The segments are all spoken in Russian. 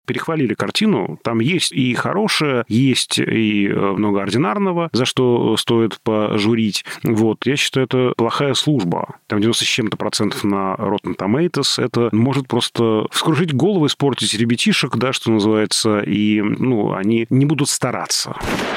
перехвалили картину. Там есть и хорошее, есть и много ординарного, за что стоит пожурить. Вот. Я считаю, это плохая служба. Там 90 с чем-то процентов на Rotten Tomatoes. Это может просто вскружить голову, испортить ребятишек, да, что называется, и, они не будут стараться.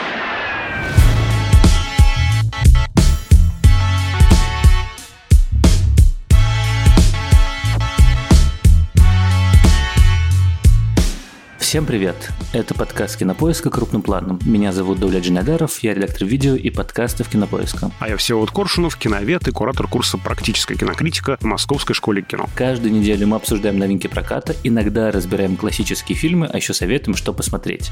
Всем привет! Это подкаст «Кинопоиска. Крупным планом». Меня зовут Давлет Джинагаров, я редактор видео и подкастов «Кинопоиска». А я Всеволод Коршунов, киновед и куратор курса «Практическая кинокритика» в Московской школе кино. Каждую неделю мы обсуждаем новинки проката, иногда разбираем классические фильмы, а еще советуем, что посмотреть.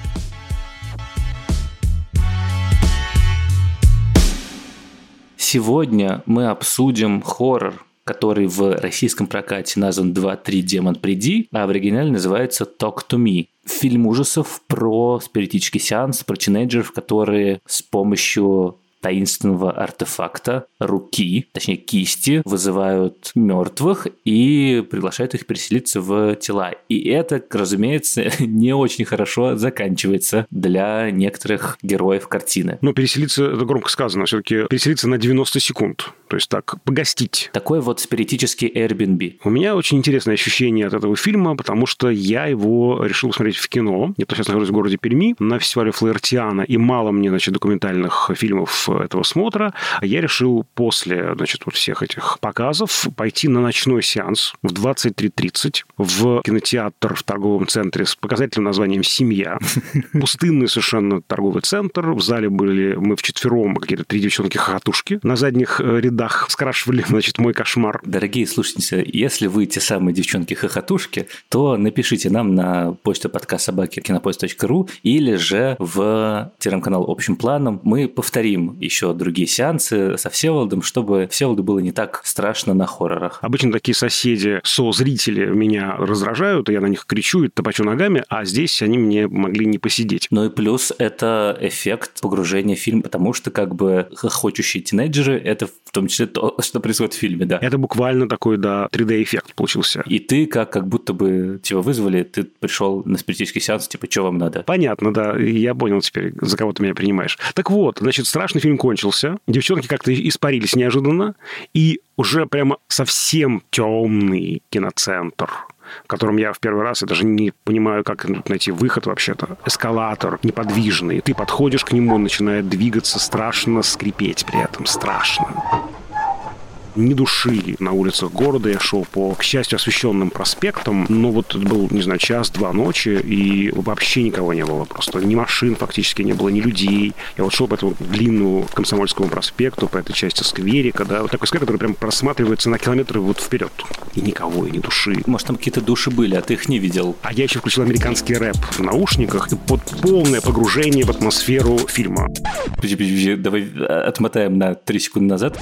Сегодня мы обсудим хоррор, который в российском прокате назван «2-3 Демон, приди», а в оригинале называется «Talk to me». Фильм ужасов про спиритический сеанс, про тинейджеров, которые с помощью таинственного артефакта, руки, точнее кисти, вызывают мертвых и приглашают их переселиться в тела. И это, разумеется, не очень хорошо заканчивается для некоторых героев картины. Переселиться, это громко сказано, все-таки переселиться на 90 секунд. То есть так, погостить. Такой вот спиритический Airbnb. У меня очень интересное ощущение от этого фильма, потому что я его решил посмотреть в кино. Я сейчас нахожусь в городе Перми на фестивале Флаертиана, и мало мне, документальных фильмов этого смотра. Я решил после, вот всех этих показов пойти на ночной сеанс в 23:30 в кинотеатр в торговом центре с показательным названием «Семья». Пустынный совершенно торговый центр. В зале были мы вчетвером, какие-то 3 девчонки-хохотушки. На задних рядах скрашивали, мой кошмар. Дорогие слушатели, если вы те самые девчонки-хохотушки, то напишите нам на почту подкаст@кинопоиск.ру или же в телеграм-канал «Общим планом». Мы повторим еще другие сеансы со Всеволодом, чтобы Всеволоду было не так страшно на хоррорах. Обычно такие соседи, зрители меня раздражают, и я на них кричу и топочу ногами, а здесь они мне могли не посидеть. Ну и плюс это эффект погружения в фильм, потому что хохочущие тинейджеры – это в том числе то, что происходит в фильме, да. Это буквально такой, 3D-эффект получился. И ты как будто бы тебя вызвали, ты пришел на спиритический сеанс, что вам надо? Понятно, да, я понял теперь, за кого ты меня принимаешь. Так вот, страшный фильм кончился, девчонки как-то испарились неожиданно, и уже прямо совсем темный киноцентр, в котором я в первый раз, я даже не понимаю, как найти выход вообще-то. Эскалатор неподвижный. Ты подходишь к нему, он начинает двигаться, страшно скрипеть при этом. Страшно. Ни души на улицах города. Я шел по, к счастью, освещенным проспектам, но это был, 1-2 ночи, и вообще никого не было. Просто ни машин фактически не было, ни людей. Я шел по этому длинному Комсомольскому проспекту, по этой части скверика, да, такой сквер, который прям просматривается на километры вперед. И никого, и ни души. Может, там какие-то души были, а ты их не видел. А я еще включил американский рэп в наушниках и под полное погружение в атмосферу фильма. Давай отмотаем на 3 секунды назад.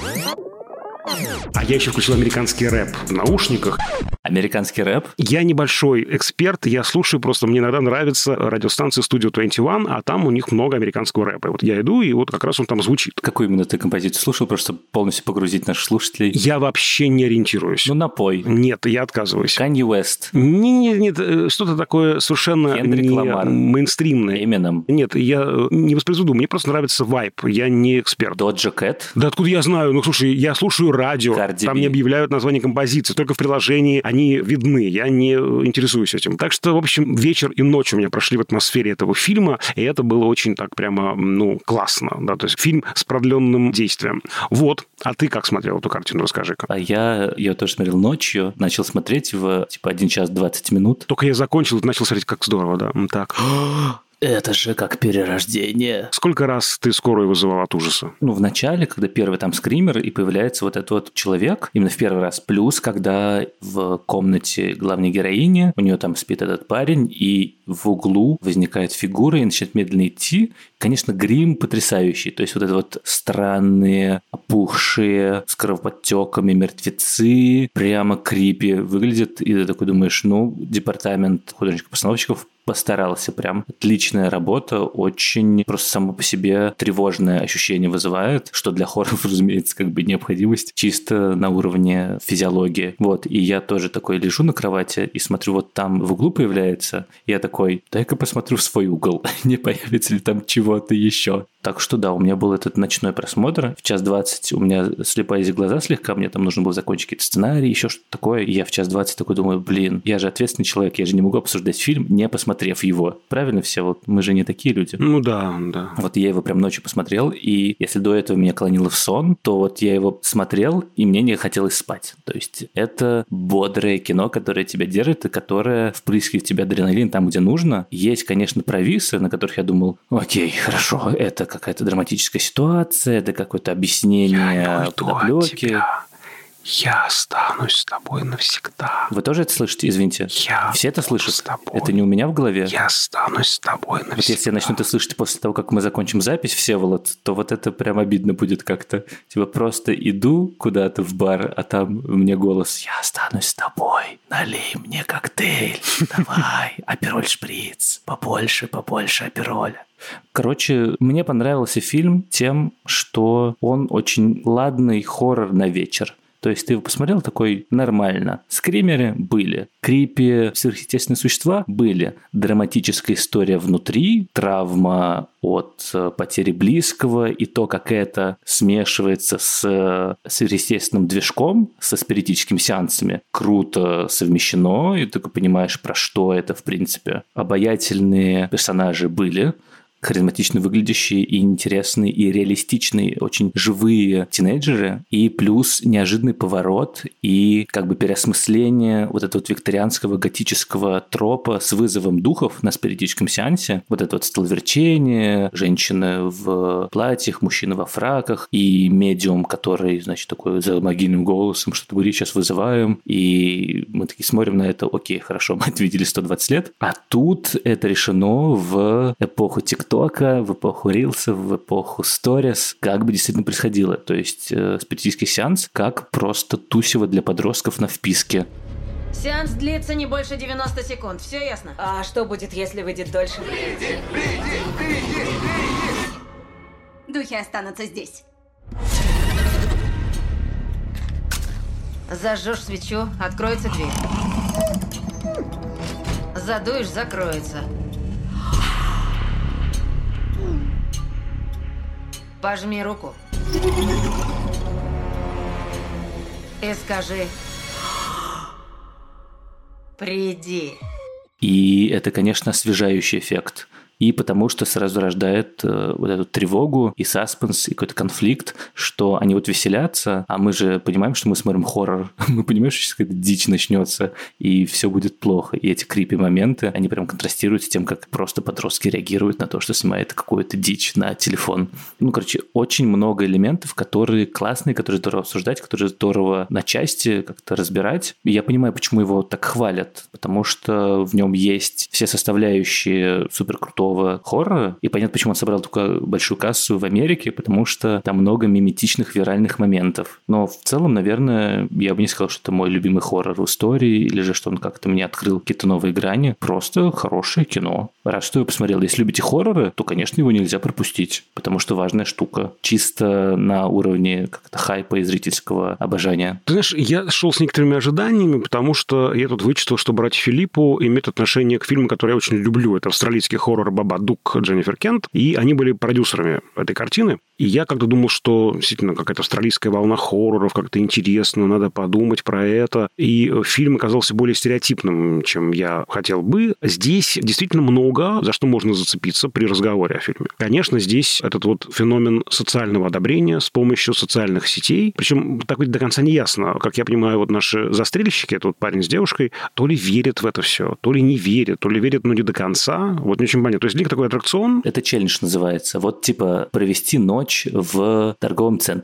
А я еще включил американский рэп в наушниках. Американский рэп? Я небольшой эксперт, я слушаю, просто мне иногда нравится радиостанция Studio 21, а там у них много американского рэпа. Я иду, и как раз он там звучит. Какую именно ты композицию слушал, просто полностью погрузить наших слушателей? Я вообще не ориентируюсь. Напой. Нет, я отказываюсь. Kanye West. Нет, что-то такое совершенно Кендрик Ламар. Мейнстримное. Eminem. Нет, я не воспроизведу, мне просто нравится вайб, я не эксперт. Доджа Кэт? Да откуда я знаю? Слушай, я слушаю радио, там не объявляют название композиции, только в приложении они видны, я не интересуюсь этим. Так что, в общем, вечер и ночь у меня прошли в атмосфере этого фильма, и это было очень так прямо, классно, да, то есть фильм с продленным действием. А ты как смотрел эту картину, расскажи-ка. А я ее тоже смотрел ночью, начал смотреть в 1 час 20 минут. Только я закончил, начал смотреть, как здорово, да, так. Это же как перерождение. Сколько раз ты скорую вызывал от ужаса? В начале, когда первый там скример, и появляется этот человек, именно в первый раз. Плюс, когда в комнате главной героини, у нее там спит этот парень, и в углу возникает фигура и начинает медленно идти. Конечно, грим потрясающий. То есть это странные, опухшие, с кровоподтеками мертвецы, прямо крипи выглядят. И ты такой думаешь, департамент художников-постановщиков постарался прям. Отличная работа, очень просто само по себе тревожное ощущение вызывает, что для хорроров, разумеется, как бы необходимость чисто на уровне физиологии. Вот, и я тоже такой лежу на кровати и смотрю, вот там в углу появляется, я такой, дай-ка посмотрю в свой угол, не появится ли там чего-то еще. Так что да, у меня был этот ночной просмотр, в 1:20 у меня слепались глаза слегка, мне там нужно было закончить какие-то сценарии, еще что-то такое, и я в 1:20 такой думаю, блин, я же ответственный человек, я же не могу обсуждать фильм, не посмотрев его. Правильно все? Вот мы же не такие люди. Ну да, да. Вот я его прям ночью посмотрел, и если до этого меня клонило в сон, то вот я его смотрел, и мне не хотелось спать. То есть это бодрое кино, которое тебя держит, и которое впрыскивает в тебя адреналин там, где нужно. Есть, конечно, провисы, на которых я думал, окей, хорошо, это какая-то драматическая ситуация, это какое-то объяснение подоплеки. Я останусь с тобой навсегда. Вы тоже это слышите? Извините. Все это слышат? С тобой. Это не у меня в голове? Я останусь с тобой навсегда. Вот если я начну это слышать после того, как мы закончим запись, Всеволод, то вот это прям обидно будет как-то. Типа просто иду куда-то в бар, а там мне голос «Я останусь с тобой, налей мне коктейль, давай, апероль шприц, побольше апероля». Короче, мне понравился фильм тем, что он очень ладный хоррор на вечер. То есть ты его посмотрел такой нормально. Скримеры были. Крипи, сверхъестественные существа были. Драматическая история внутри, травма от потери близкого и то, как это смешивается с сверхъестественным движком, со спиритическими сеансами. Круто совмещено, и ты понимаешь, про что это в принципе. Обаятельные персонажи были. Харизматично выглядящие и интересные, и реалистичные, очень живые тинейджеры, и плюс неожиданный поворот и как бы переосмысление вот этого вот викторианского готического тропа с вызовом духов на спиритическом сеансе. Вот это вот столоверчение, женщины в платьях, мужчины во фраках, и медиум, который, значит, такой за могильным голосом что-то говорит, сейчас вызываем, и мы такие смотрим на это, окей, хорошо, мы это видели 120 лет, а тут это решено в эпоху ТикТока, в эпоху рилсов, в эпоху сторис, как бы действительно происходило. То есть спиритический сеанс как просто тусево для подростков на вписке. Сеанс длится не больше 90 секунд, все ясно? А что будет, если выйдет дольше? Приди! Духи останутся здесь. Зажжешь свечу, откроется дверь. Задуешь, закроется. Пожми руку. И скажи: приди. И это, конечно, освежающий эффект. И потому что сразу рождает вот эту тревогу и саспенс, и какой-то конфликт, что они вот веселятся, а мы же понимаем, что мы смотрим хоррор. Мы понимаем, что сейчас какая-то дичь начнется, и все будет плохо. И эти крипи-моменты, они прям контрастируют с тем, как просто подростки реагируют на то, что снимает какую-то дичь на телефон. Ну, короче, очень много элементов, которые классные, которые здорово обсуждать, которые здорово на части как-то разбирать. И я понимаю, почему его так хвалят, потому что в нем есть все составляющие суперкрутого хоррора, и понятно, почему он собрал такую большую кассу в Америке, потому что там много миметичных виральных моментов. Но в целом, наверное, я бы не сказал, что это мой любимый хоррор в истории, или же что он как-то мне открыл какие-то новые грани. Просто хорошее кино. Раз что я посмотрел, если любите хорроры, то, конечно, его нельзя пропустить, потому что важная штука. Чисто на уровне как-то хайпа и зрительского обожания. Ты знаешь, я шел с некоторыми ожиданиями, потому что я тут вычитал, что братья Филиппо имеют отношение к фильму, который я очень люблю. Это австралийский хоррор «Бабадук» Дженнифер Кент, и они были продюсерами этой картины. И я как-то думал, что действительно какая-то австралийская волна хорроров, как-то интересно, надо подумать про это. И фильм оказался более стереотипным, чем я хотел бы. Здесь действительно много, за что можно зацепиться при разговоре о фильме. Конечно, здесь этот вот феномен социального одобрения с помощью социальных сетей. Причем так ведь до конца не ясно. Как я понимаю, вот наши застрельщики, это вот парень с девушкой, то ли верят в это все, то ли не верят, то ли верят, но не до конца. Вот не очень понятно. То есть для них такой аттракцион. Это челлендж называется. Вот типа провести ночь в торговом центре.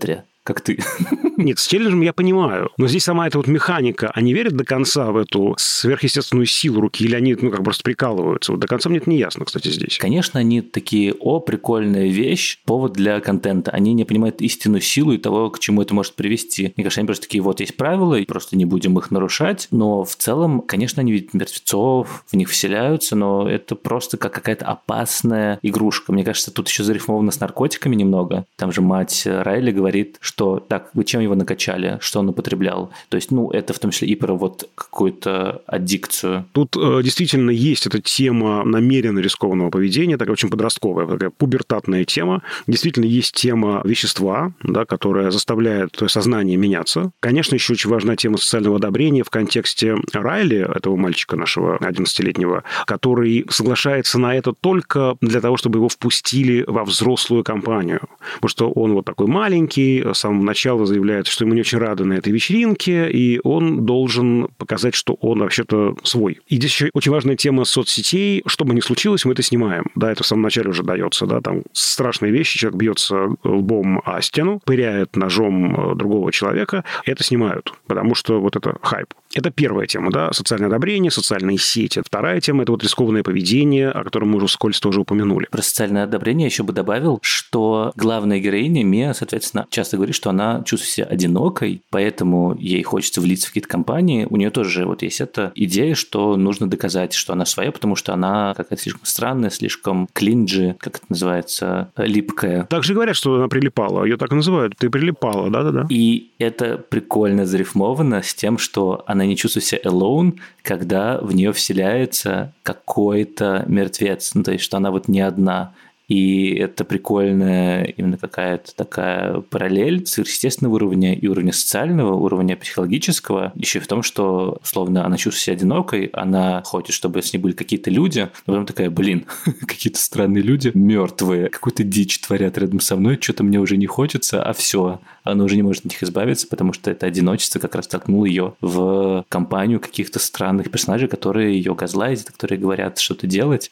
как ты. Нет, с челленджем я понимаю. Но здесь сама эта вот механика, они верят до конца в эту сверхъестественную силу руки, или они, как просто прикалываются? Вот до конца мне это не ясно, кстати, здесь. Конечно, они такие, прикольная вещь, повод для контента. Они не понимают истинную силу и того, к чему это может привести. Мне кажется, они просто такие, вот есть правила, и просто не будем их нарушать. Но в целом, конечно, они видят мертвецов, в них вселяются, но это просто как какая-то опасная игрушка. Мне кажется, тут еще зарифмовано с наркотиками немного. Там же мать Райли говорит, что так, вы чем его накачали, что он употреблял. То есть, это в том числе и про вот какую-то аддикцию. Тут действительно есть эта тема намеренно рискованного поведения, такая очень подростковая, такая пубертатная тема. Действительно есть тема вещества, да, которая заставляет сознание меняться. Конечно, еще очень важна тема социального одобрения в контексте Райли, этого мальчика нашего 11-летнего, который соглашается на это только для того, чтобы его впустили во взрослую компанию. Потому что он вот такой маленький, с самого начала заявляет, что ему не очень рады на этой вечеринке, и он должен показать, что он вообще-то свой. И здесь еще очень важная тема соцсетей. Что бы ни случилось, мы это снимаем. Да, это в самом начале уже дается. Да, там страшные вещи. Человек бьется лбом о стену, пыряет ножом другого человека. Это снимают, потому что вот это хайп. Это первая тема, да, социальное одобрение, социальные сети. Вторая тема – это вот рискованное поведение, о котором мы уже вскользь тоже упомянули. Про социальное одобрение еще бы добавил, что главная героиня Мия, соответственно, часто говорит, что она чувствует себя одинокой, поэтому ей хочется влиться в какие-то компании. У нее тоже вот есть эта идея, что нужно доказать, что она своя, потому что она какая-то слишком странная, слишком клинджи, как это называется, липкая. Так же говорят, что она прилипала. Ее так и называют. Ты прилипала, да-да-да. И это прикольно зарифмовано с тем, что она не чувствует себя alone, когда в нее вселяется какой-то мертвец. То есть, что она вот не одна. И это прикольная именно какая-то такая параллель сверхъестественного уровня и уровня социального, уровня психологического. Еще и в том, что, условно, она чувствует себя одинокой, она хочет, чтобы с ней были какие-то люди, но потом такая, какие-то странные люди, мертвые, какую-то дичь творят рядом со мной, что-то мне уже не хочется, а все. Она уже не может от них избавиться, потому что это одиночество как раз толкнуло ее в компанию каких-то странных персонажей, которые ее газлайтят, которые говорят что-то делать.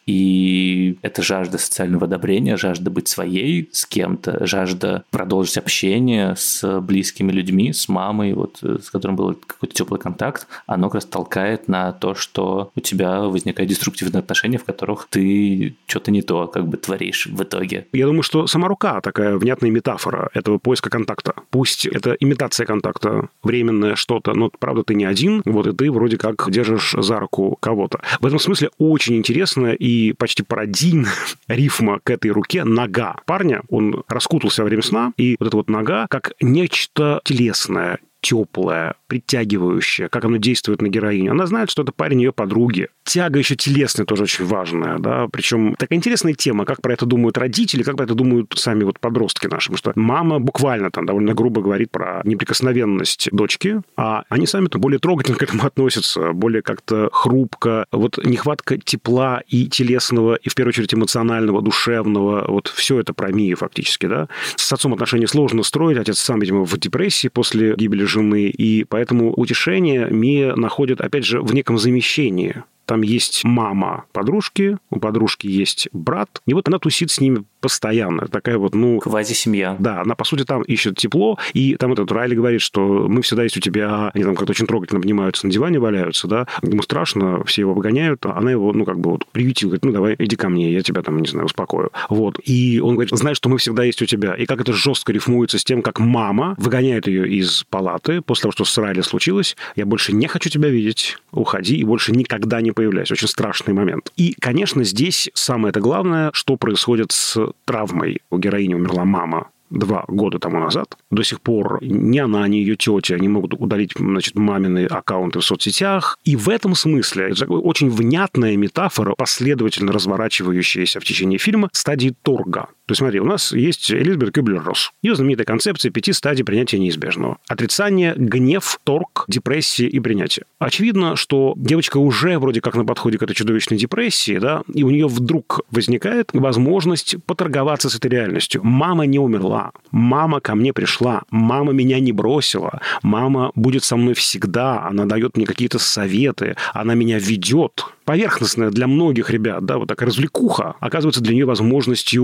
И это жажда социального одобрения, жажда быть своей с кем-то, жажда продолжить общение с близкими людьми, с мамой, вот, с которым был какой-то теплый контакт, оно как раз толкает на то, что у тебя возникают деструктивные отношения, в которых ты что-то не то как бы творишь в итоге. Я думаю, что сама рука такая внятная метафора этого поиска контакта. Пусть это имитация контакта, временное что-то, но, правда, ты не один, вот, и ты вроде как держишь за руку кого-то. В этом смысле очень интересно и почти пародийно рифма к этой руке нога парня. Он раскутался во время сна, и вот эта вот нога как нечто телесное, теплое, притягивающее, как оно действует на героиню. Она знает, что это парень ее подруги. Тяга еще телесная тоже очень важная, да, причем такая интересная тема, как про это думают родители, как про это думают сами вот подростки наши, потому что мама буквально там довольно грубо говорит про неприкосновенность дочки, а они сами-то более трогательно к этому относятся, более как-то хрупко. Вот нехватка тепла и телесного, и в первую очередь эмоционального, душевного, вот все это про Мию фактически, да. С отцом отношения сложно строить, отец сам, видимо, в депрессии после гибели жены, и поэтому утешение Мия находит, опять же, в неком замещении. Там есть мама подружки, у подружки есть брат, и вот она тусит с ними постоянно. Такая вот, квази-семья. Да, она, по сути, там ищет тепло, и там этот Райли говорит, что мы всегда есть у тебя... Они там как-то очень трогательно обнимаются, на диване валяются, да. Ему страшно, все его выгоняют, а она его, приютила, говорит, давай, иди ко мне, я тебя там, не знаю, успокою. Вот. И он говорит, знаешь, что мы всегда есть у тебя. И как это жестко рифмуется с тем, как мама выгоняет ее из палаты после того, что с Райли случилось. Я больше не хочу тебя видеть, уходи, и больше никогда не появляйся. Очень страшный момент. И, конечно, здесь самое-то главное, что происходит с травмой. У героини умерла мама 2 года тому назад. До сих пор ни она, ни ее тетя не могут удалить, мамины аккаунты в соцсетях. И в этом смысле это очень внятная метафора, последовательно разворачивающаяся в течение фильма стадии торга. То есть, смотри, у нас есть Элизабет Кюблер-Росс. Ее знаменитая концепция 5 стадий принятия неизбежного. Отрицание, гнев, торг, депрессия и принятие. Очевидно, что девочка уже вроде как на подходе к этой чудовищной депрессии, да, и у нее вдруг возникает возможность поторговаться с этой реальностью. Мама не умерла. Мама ко мне пришла. Мама меня не бросила. Мама будет со мной всегда. Она дает мне какие-то советы. Она меня ведет. Поверхностная для многих ребят, да, вот такая развлекуха, оказывается для нее возможностью продлить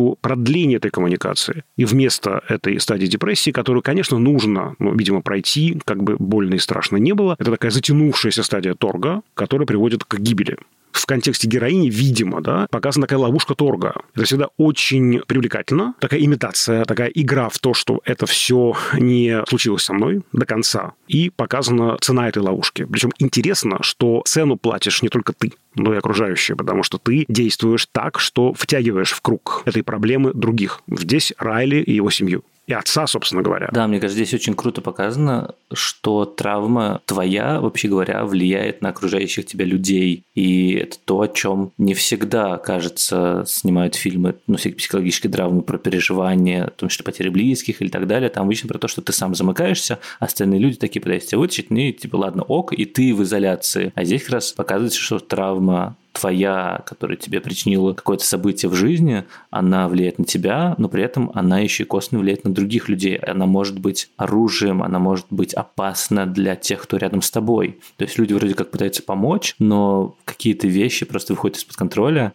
продление этой коммуникации. И вместо этой стадии депрессии, которую, конечно, нужно, видимо, пройти, как бы больно и страшно не было, это такая затянувшаяся стадия торга, которая приводит к гибели. В контексте героини, видимо, показана такая ловушка торга. Это всегда очень привлекательно. Такая имитация, такая игра в то, что это все не случилось со мной до конца. И показана цена этой ловушки. Причем интересно, что цену платишь не только ты, но и окружающие, потому что ты действуешь так, что втягиваешь в круг этой проблемы других. Здесь Райли и его семью. И отца, собственно говоря. Да, мне кажется, здесь очень круто показано, что травма твоя, вообще говоря, влияет на окружающих тебя людей. И это то, о чем не всегда, кажется, снимают фильмы, всякие психологические драмы про переживания, в том числе потери близких или так далее. Там обычно про то, что ты сам замыкаешься, а остальные люди такие пытаются тебя вытащить, и типа, ладно, ок, и ты в изоляции. А здесь как раз показывается, что травма твоя, которая тебе причинила какое-то событие в жизни, она влияет на тебя, но при этом она еще и косвенно влияет на других людей. Она может быть оружием, она может быть опасна для тех, кто рядом с тобой. То есть люди вроде как пытаются помочь, но какие-то вещи просто выходят из-под контроля,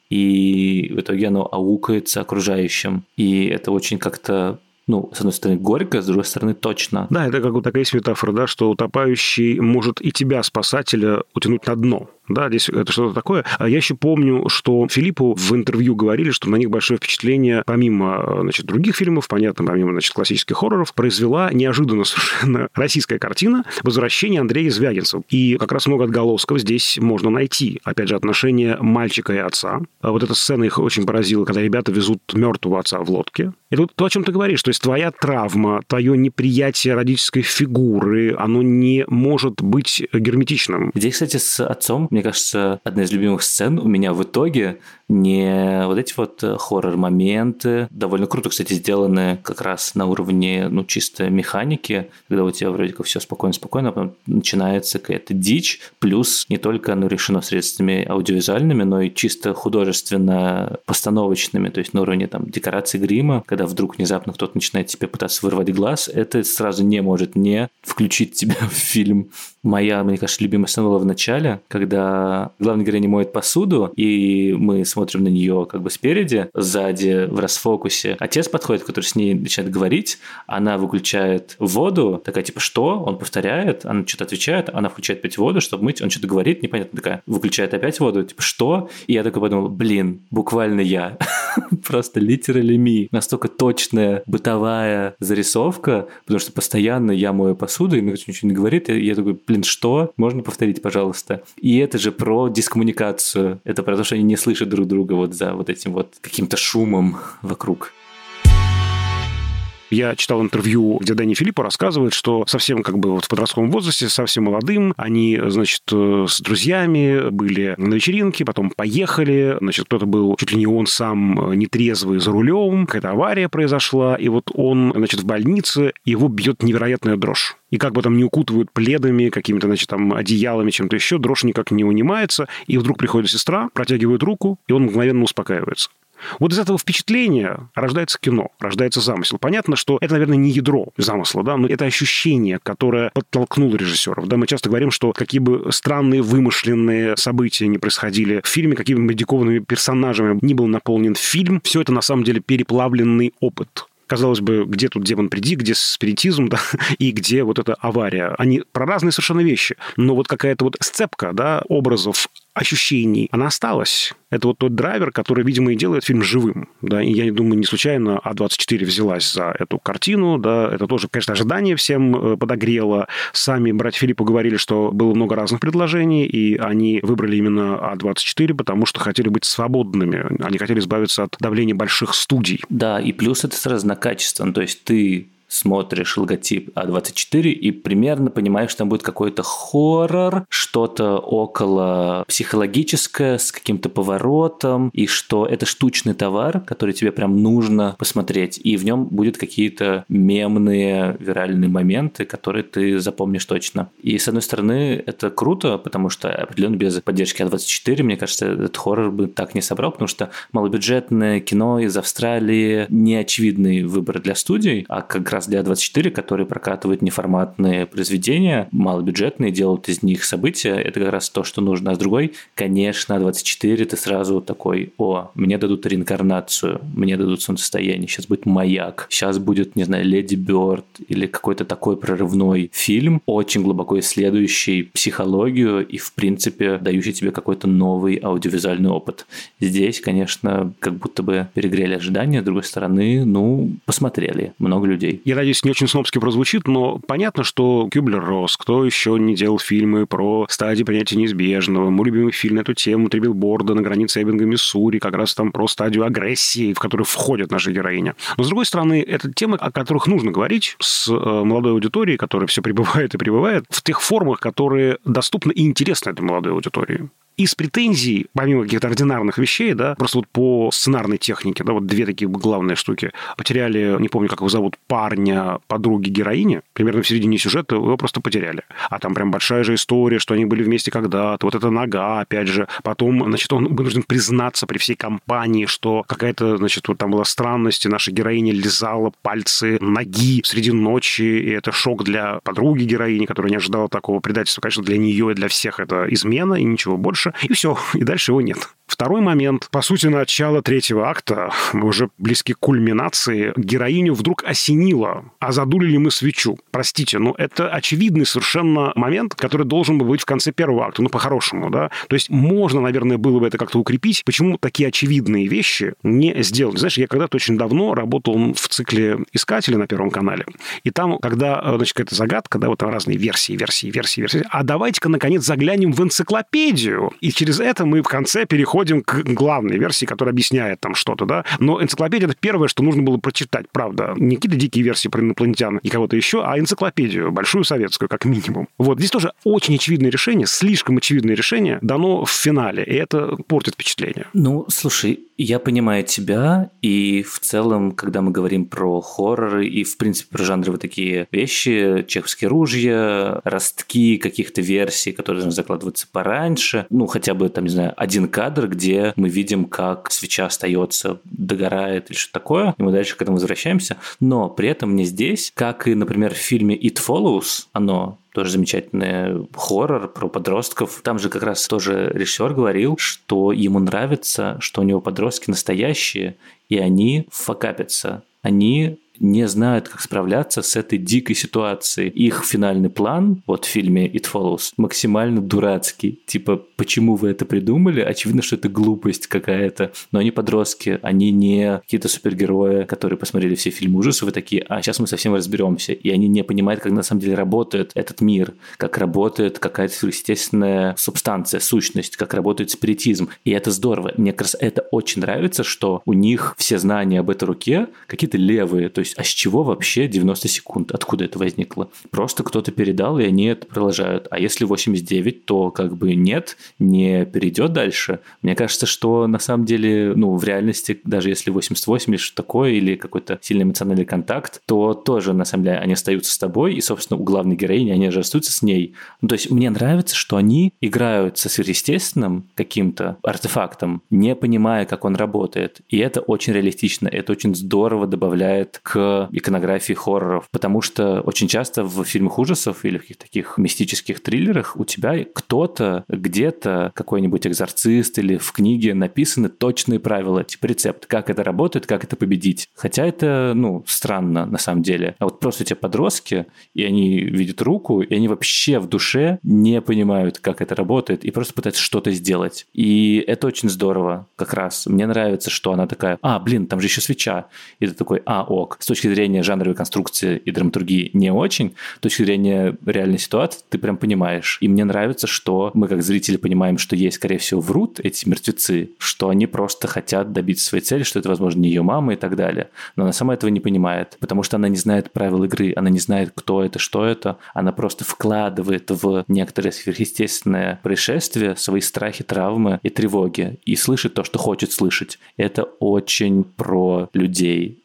и в итоге оно аукается окружающим. И это очень как-то с одной стороны, горько, с другой стороны, точно. Да, это как вот такая есть метафора, что утопающий может и тебя, спасателя, утянуть на дно. Да, здесь это что-то такое. Я еще помню, что Филиппу в интервью говорили, что на них большое впечатление, помимо, других фильмов, понятно, помимо, классических хорроров, произвела неожиданно совершенно российская картина «Возвращение Андрея Звягинцева». И как раз много отголосков здесь можно найти. Опять же, отношения мальчика и отца. Вот эта сцена их очень поразила, когда ребята везут мертвого отца в лодке. Это вот то, о чем ты говоришь. То есть твоя травма, твое неприятие родительской фигуры, оно не может быть герметичным. Здесь, кстати, с отцом, мне кажется, одна из любимых сцен у меня в итоге не вот эти вот хоррор-моменты, довольно круто, кстати, сделаны как раз на уровне, чисто механики, когда у тебя вроде как все спокойно-спокойно, а потом начинается какая-то дичь, плюс не только оно решено средствами аудиовизуальными, но и чисто художественно-постановочными, то есть на уровне декорации грима, когда вдруг внезапно кто-то начинает тебе пытаться вырвать глаз, это сразу не может не включить тебя в фильм. Моя, мне кажется, любимая сцена была в начале, когда главная героиня моет посуду, и мы смотрим на нее как бы спереди, сзади, в расфокусе. Отец подходит, который с ней начинает говорить, она выключает воду, такая типа «что?», он повторяет, она что-то отвечает, она включает опять воду, чтобы мыть, он что-то говорит, непонятно, такая, выключает опять воду, типа «что?», и я такой подумал, буквально я. Просто literally me. Настолько точная бытовая зарисовка, потому что постоянно я мою посуду, и мне кто-то ничего не говорит, и я такой, что? Можно повторить, пожалуйста? И это же про дискоммуникацию. Это про то, что они не слышат друг друга вот за вот этим вот каким-то шумом вокруг. Я читал интервью, где Дэнни Филиппо рассказывает, что совсем в подростковом возрасте, совсем молодым, они, с друзьями были на вечеринке, потом поехали, кто-то был, чуть ли не он сам, нетрезвый за рулем, какая-то авария произошла, и вот он, в больнице, его бьет невероятная дрожь. И как бы там не укутывают пледами, какими-то, одеялами, чем-то еще, дрожь никак не унимается, и вдруг приходит сестра, протягивает руку, и он мгновенно успокаивается. Вот из этого впечатления рождается кино, рождается замысел. Понятно, что это, наверное, не ядро замысла, но это ощущение, которое подтолкнуло режиссеров. Да, мы часто говорим, что какие бы странные вымышленные события ни происходили в фильме, какими бы дикованными персонажами ни был наполнен фильм, все это на самом деле переплавленный опыт. Казалось бы, где тут «Демон, приди», где спиритизм, и где вот эта авария. Они про разные совершенно вещи. Но вот какая-то вот сцепка, образов, ощущений, она осталась. Это вот тот драйвер, который, видимо, и делает фильм живым. Да? И я думаю, не случайно А24 взялась за эту картину. Да? Это тоже, конечно, ожидание всем подогрело. Сами братья Филиппо говорили, что было много разных предложений, и они выбрали именно А24, потому что хотели быть свободными. Они хотели избавиться от давления больших студий. Да, и плюс это сразу на качество. То есть ты смотришь логотип А24 и примерно понимаешь, что там будет какой-то хоррор, что-то около психологическое с каким-то поворотом, и что это штучный товар, который тебе прям нужно посмотреть, и в нем будут какие-то мемные, виральные моменты, которые ты запомнишь точно. И, с одной стороны, это круто, потому что определенно без поддержки А24, мне кажется, этот хоррор бы так не собрал, потому что малобюджетное кино из Австралии — неочевидный выбор для студий, а как раз раз для А24, которые прокатывают неформатные произведения, малобюджетные, делают из них события. Это как раз то, что нужно. А с другой, конечно, А24 ты сразу такой: о, мне дадут реинкарнацию, мне дадут солнцестояние, сейчас будет «Маяк», сейчас будет, не знаю, «Леди Бёрд» или какой-то такой прорывной фильм, очень глубоко исследующий психологию и, в принципе, дающий тебе какой-то новый аудиовизуальный опыт. Здесь, конечно, как будто бы перегрели ожидания, с другой стороны, посмотрели много людей. Я надеюсь, не очень снобски прозвучит, но понятно, что Кюблер-Росс, кто еще не делал фильмы про стадии принятия неизбежного. Мой любимый фильм на эту тему «Три билборда на границе Эббинга, Миссури», как раз там про стадию агрессии, в которую входит наша героиня. Но, с другой стороны, это темы, о которых нужно говорить с молодой аудиторией, которая все прибывает и прибывает, в тех формах, которые доступны и интересны этой молодой аудитории. Из претензий, помимо каких-то ординарных вещей, да, просто вот по сценарной технике, да, вот две такие главные штуки. Потеряли, не помню, как его зовут, парня, подруги героини, примерно в середине сюжета его просто потеряли. А там прям большая же история, что они были вместе когда-то, вот эта нога, опять же. Потом, значит, он вынужден признаться при всей компании, что какая-то, значит, вот там была странность, и наша героиня лизала пальцы ноги среди ночи, и это шок для подруги героини, которая не ожидала такого предательства. Конечно, для нее и для всех это измена, и ничего больше. И все, и дальше его нет. Второй момент. По сути, начало третьего акта, мы уже близки к кульминации, героиню вдруг осенило. А задули ли мы свечу? Простите, но это очевидный совершенно момент, который должен был быть в конце первого акта. По-хорошему, да? То есть можно, наверное, было бы это как-то укрепить. Почему такие очевидные вещи не сделать? Знаешь, я когда-то очень давно работал в цикле «Искатели» на Первом канале. И там, когда, значит, какая-то загадка, да, вот там разные версии. А давайте-ка, наконец, заглянем в энциклопедию. И через это мы в конце переходим к главной версии, которая объясняет там что-то, да. Но энциклопедия — это первое, что нужно было прочитать, правда. Не какие-то дикие версии про инопланетян и кого-то еще, а энциклопедию, большую советскую, как минимум. Вот здесь тоже очень очевидное решение, слишком очевидное решение дано в финале, и это портит впечатление. Слушай, я понимаю тебя, и в целом, когда мы говорим про хорроры и, в принципе, про жанровые такие вещи, чеховские ружья, ростки каких-то версий, которые должны закладываться пораньше, хотя бы, там, не знаю, один кадр, где мы видим, как свеча остается, догорает или что-то такое, и мы дальше к этому возвращаемся. Но при этом мне здесь, как и, например, в фильме «It Follows», оно тоже замечательный хоррор про подростков. Там же как раз тоже режиссер говорил, что ему нравится, что у него подростки настоящие, и они факапятся. Они не знают, как справляться с этой дикой ситуацией. Их финальный план, вот в фильме «It Follows», максимально дурацкий. Типа, почему вы это придумали? Очевидно, что это глупость какая-то. Но они подростки, они не какие-то супергерои, которые посмотрели все фильмы ужасов и такие: а сейчас мы совсем разберемся. И они не понимают, как на самом деле работает этот мир, как работает какая-то сверхъестественная субстанция, сущность, как работает спиритизм. И это здорово. Мне как раз это очень нравится, что у них все знания об этой руке какие-то левые. То есть, а с чего вообще 90 секунд? Откуда это возникло? Просто кто-то передал, и они это продолжают. А если 89, то как бы нет, не перейдет дальше. Мне кажется, что на самом деле, в реальности, даже если 88 или что такое, или какой-то сильный эмоциональный контакт, то тоже, на самом деле, они остаются с тобой, и, собственно, у главной героини они же остаются с ней. То есть мне нравится, что они играют со сверхъестественным каким-то артефактом, не понимая, как он работает. И это очень реалистично, это очень здорово добавляет к иконографии хорроров, потому что очень часто в фильмах ужасов или в каких-то таких мистических триллерах у тебя кто-то где-то, какой-нибудь экзорцист или в книге написаны точные правила, типа рецепт, как это работает, как это победить. Хотя это, странно на самом деле. А вот просто эти подростки, и они видят руку, и они вообще в душе не понимают, как это работает, и просто пытаются что-то сделать. И это очень здорово как раз. Мне нравится, что она такая: там же еще свеча. И ты такой: ок. С точки зрения жанровой конструкции и драматургии не очень, с точки зрения реальной ситуации ты прям понимаешь. И мне нравится, что мы как зрители понимаем, что ей, скорее всего, врут эти мертвецы, что они просто хотят добиться своей цели, что это, возможно, не ее мама и так далее. Но она сама этого не понимает, потому что она не знает правил игры, она не знает, кто это, что это. Она просто вкладывает в некоторые сверхъестественное происшествие свои страхи, травмы и тревоги и слышит то, что хочет слышать. Это очень про людей.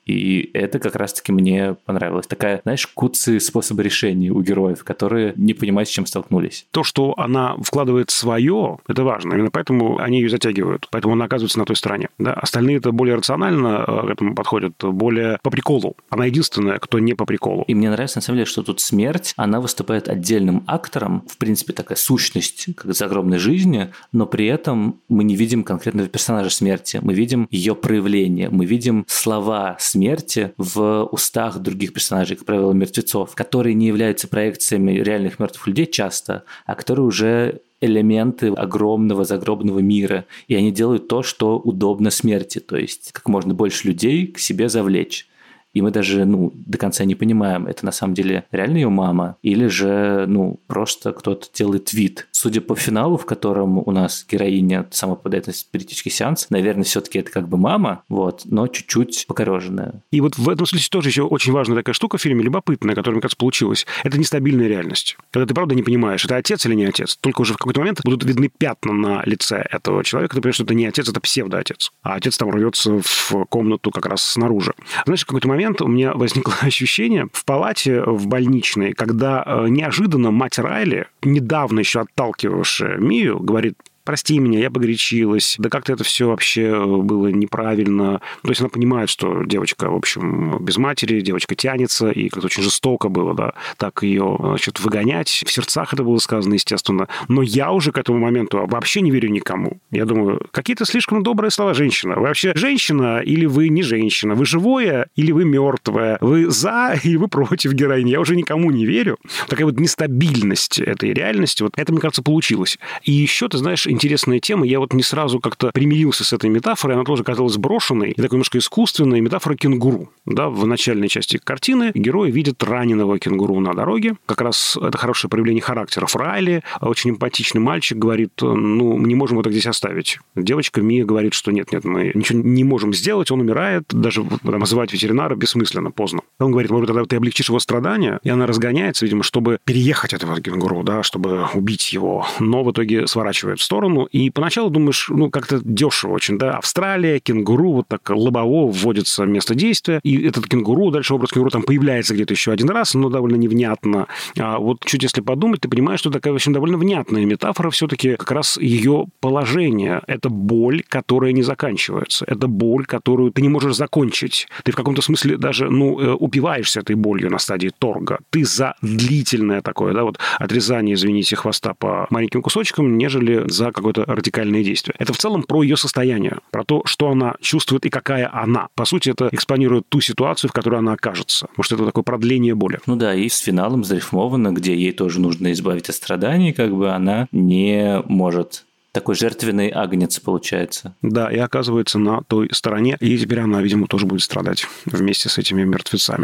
И это как раз-таки мне понравилось. Такая, знаешь, куцый способ решения у героев, которые не понимают, с чем столкнулись. То, что она вкладывает свое, это важно. Именно поэтому они ее затягивают. Поэтому она оказывается на той стороне. Да? Остальные это более рационально к этому подходят, более по приколу. Она единственная, кто не по приколу. И мне нравится, на самом деле, что тут смерть, она выступает отдельным актором, в принципе, такая сущность как загробной жизни, но при этом мы не видим конкретного персонажа смерти. Мы видим ее проявление, мы видим слова смерти в устах других персонажей, как правило, мертвецов, которые не являются проекциями реальных мертвых людей часто, а которые уже элементы огромного загробного мира, и они делают то, что удобно смерти, то есть как можно больше людей к себе завлечь. И мы даже, до конца не понимаем, это на самом деле реально ее мама, или же, просто кто-то делает вид. Судя по финалу, в котором у нас героиня сама попадает на спиритический сеанс, наверное, все-таки это как бы мама, но чуть-чуть покореженная. И вот в этом смысле тоже еще очень важная такая штука в фильме, любопытная, которая, мне кажется, получилась. Это нестабильная реальность. Когда ты, правда, не понимаешь, это отец или не отец. Только уже в какой-то момент будут видны пятна на лице этого человека. Ты понимаешь, что это не отец, это псевдоотец. А отец там рвется в комнату как раз снаружи. Знаешь, в какой-то момент у меня возникло ощущение в палате в больничной, когда неожиданно мать Райли, недавно еще отталкивавшая Мию, говорит: прости меня, я погорячилась, да как-то это все вообще было неправильно. То есть она понимает, что девочка, в общем, без матери, девочка тянется, и как-то очень жестоко было, да, так ее, выгонять. В сердцах это было сказано, естественно. Но я уже к этому моменту вообще не верю никому. Я думаю, какие-то слишком добрые слова женщина. Вы вообще женщина или вы не женщина? Вы живое или вы мертвое? Вы за или вы против героини? Я уже никому не верю. Такая вот нестабильность этой реальности, вот это, мне кажется, получилось. И еще, ты знаешь, интересная тема. Я вот не сразу как-то примирился с этой метафорой. Она тоже казалась брошенной и такой немножко искусственной. Метафора кенгуру. Да, в начальной части картины герой видит раненого кенгуру на дороге. Как раз это хорошее проявление характеров Райли. Очень эмпатичный мальчик говорит: мы не можем его так здесь оставить. Девочка Мия говорит, что нет, мы ничего не можем сделать, он умирает. Даже вызывать ветеринара бессмысленно, поздно. Он говорит: может, тогда ты облегчишь его страдания? И она разгоняется, видимо, чтобы переехать этого кенгуру, да, чтобы убить его. Но в итоге сворачивает в сторону. И поначалу думаешь, как-то дешево очень, да. Австралия, кенгуру, вот так лобово вводится место действия. И этот кенгуру, дальше образ кенгуру там появляется где-то еще один раз, но довольно невнятно. А вот чуть если подумать, ты понимаешь, что такая, в общем, довольно внятная метафора все-таки как раз ее положение. Это боль, которая не заканчивается. Это боль, которую ты не можешь закончить. Ты в каком-то смысле даже, упиваешься этой болью на стадии торга. Ты за длительное такое, да, вот отрезание, извините, хвоста по маленьким кусочкам, нежели за какое-то радикальное действие. Это в целом про ее состояние, про то, что она чувствует и какая она. По сути, это экспонирует ту ситуацию, в которой она окажется. Потому что это такое продление боли. И с финалом зарифмовано, где ей тоже нужно избавить от страданий, как бы она не может. Такой жертвенный агнец получается. Да, и оказывается на той стороне. И теперь она, видимо, тоже будет страдать вместе с этими мертвецами.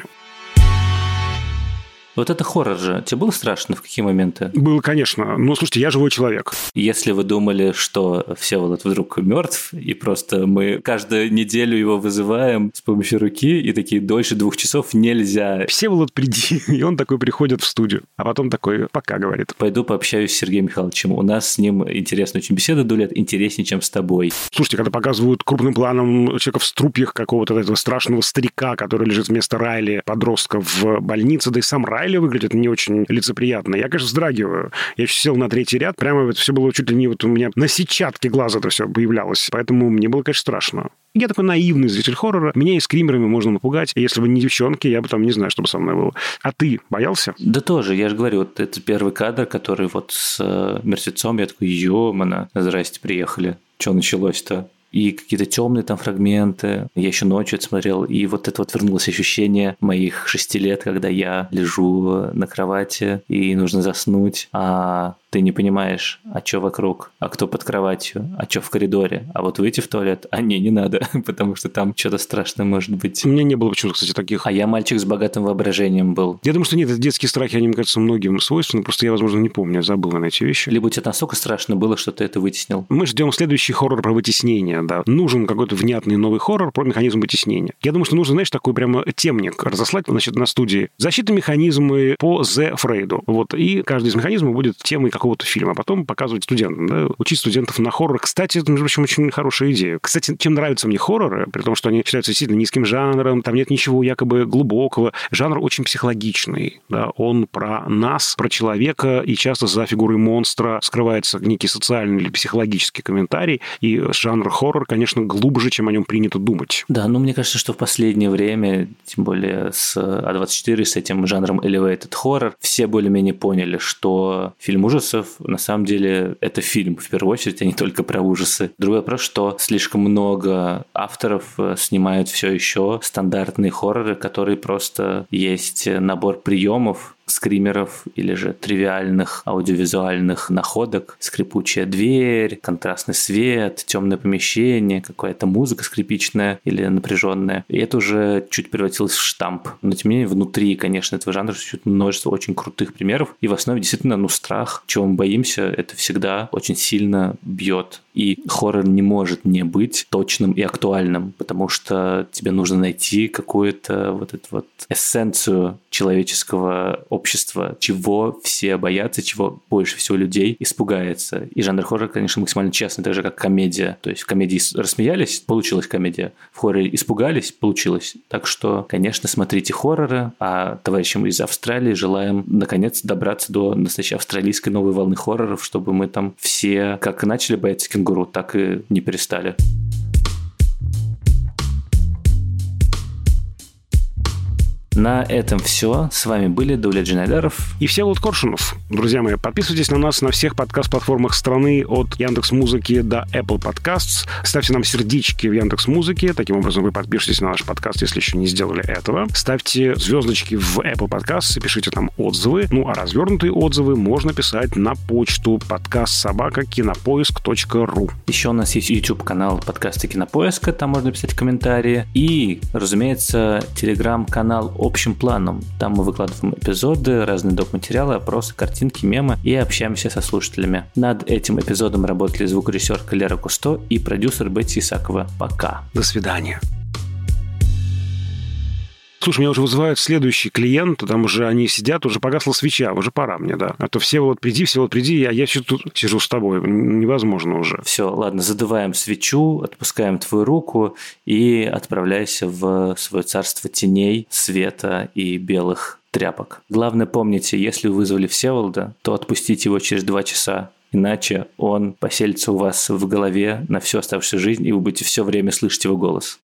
Вот это хоррор же. Тебе было страшно в какие моменты? Было, конечно. Слушайте, я живой человек. Если вы думали, что Всеволод вдруг мертв, и просто мы каждую неделю его вызываем с помощью руки, и такие дольше 2 часов нельзя. Всеволод, приди. И он такой приходит в студию. А потом такой: пока, говорит. Пойду пообщаюсь с Сергеем Михайловичем. У нас с ним интересная очень беседа, Дулет, интереснее, чем с тобой. Слушайте, когда показывают крупным планом человека в струпьях какого-то этого страшного старика, который лежит вместо Райли, подростка в больнице, да и сам Райли выглядит не очень лицеприятно. Я, конечно, вздрагиваю. Я еще сел на 3-й ряд. Прямо это все было чуть ли не у меня на сетчатке глаза это все появлялось. Поэтому мне было, конечно, страшно. Я такой наивный зритель хоррора. Меня и скримерами можно напугать. И если бы не девчонки, я бы там не знаю, что бы со мной было. А ты боялся? Да тоже. Я же говорю, вот это первый кадр, который вот с мертвецом. Я такой: ёмана, здрасте, приехали. Что началось-то? И какие-то темные там фрагменты. Я еще ночью это смотрел, и вот это вот вернулось ощущение моих 6 лет, когда я лежу на кровати, и нужно заснуть, а ты не понимаешь, а что вокруг, а кто под кроватью, а что в коридоре, а вот выйти в туалет, а не надо, потому что там что-то страшное может быть. У меня не было почему-то, кстати, таких. А я мальчик с богатым воображением был. Я думаю, что нет, это детские страхи, они, мне кажется, многим свойственны, просто я, возможно, не помню, я забыл на эти вещи. Либо тебе настолько страшно было, что ты это вытеснил. Мы ждем следующий хоррор про вытеснение, да. Нужен какой-то внятный новый хоррор про механизм вытеснения. Я думаю, что нужно, знаешь, такой прямо темник разослать, значит, на студии. Защитные механизмы по Зе Фрейду. Вот. И каждый из механизмов будет темой какого-то фильма. А потом показывать студентам, да, учить студентов на хоррор. Кстати, это, между прочим, очень хорошая идея. Кстати, чем нравятся мне хорроры, при том, что они считаются действительно низким жанром, там нет ничего якобы глубокого. Жанр очень психологичный, да, он про нас, про человека, и часто за фигурой монстра скрывается некий социальный или психологический комментарий, и жанр хоррор, конечно, глубже, чем о нем принято думать. Да, ну, мне кажется, что в последнее время, тем более с А24, с этим жанром elevated horror, все более-менее поняли, что фильм ужасов, на самом деле, это фильм, в первую очередь, а не только про ужасы. Другой вопрос, что слишком много авторов снимают все еще стандартные хорроры, которые просто есть набор приемов, скримеров или же тривиальных аудиовизуальных находок. Скрипучая дверь, контрастный свет, темное помещение, какая-то музыка скрипичная или напряженная. И это уже чуть превратилось в штамп. Но тем не менее, внутри, конечно, этого жанра существует множество очень крутых примеров. И в основе действительно, страх, чего мы боимся, это всегда очень сильно бьет. И хоррор не может не быть точным и актуальным, потому что тебе нужно найти какую-то вот эту вот эссенцию человеческого общества, чего все боятся, чего больше всего людей испугается. И жанр хоррор, конечно, максимально честный, так же, как комедия. То есть в комедии рассмеялись, получилась комедия. В хорроре испугались, получилось. Так что, конечно, смотрите хорроры, а товарищам из Австралии желаем, наконец, добраться до настоящей австралийской новой волны хорроров, чтобы мы там все как и начали бояться кенгуру, так и не перестали. На этом все. С вами были Давлет Джанайдаров и Всеволод Коршунов. Друзья мои, подписывайтесь на нас на всех подкаст-платформах страны от Яндекс.Музыки до Apple Podcasts. Ставьте нам сердечки в Яндекс.Музыке. Таким образом, вы подпишетесь на наш подкаст, если еще не сделали этого. Ставьте звездочки в Apple Podcasts и пишите там отзывы. Ну, а развернутые отзывы можно писать на почту podcast@kinopoisk.ru. Еще у нас есть YouTube-канал подкаста Кинопоиска. Там можно писать комментарии. И, разумеется, телеграм-канал общим планом. Там мы выкладываем эпизоды, разные док-материалы, опросы, картинки, мемы и общаемся со слушателями. Над этим эпизодом работали звукорежиссер Лера Кусто и продюсер Бетти Исакова. Пока. До свидания. Слушай, меня уже вызывают следующий клиент, там уже они сидят, уже погасла свеча, уже пора мне, да. А то Всеволод, приди, я еще тут сижу с тобой, невозможно уже. Все, ладно, задуваем свечу, отпускаем твою руку и отправляйся в свое царство теней, света и белых тряпок. Главное, помните, если вы вызвали Всеволода, то отпустите его через 2 часа. Иначе он поселится у вас в голове на всю оставшуюся жизнь, и вы будете все время слышать его голос.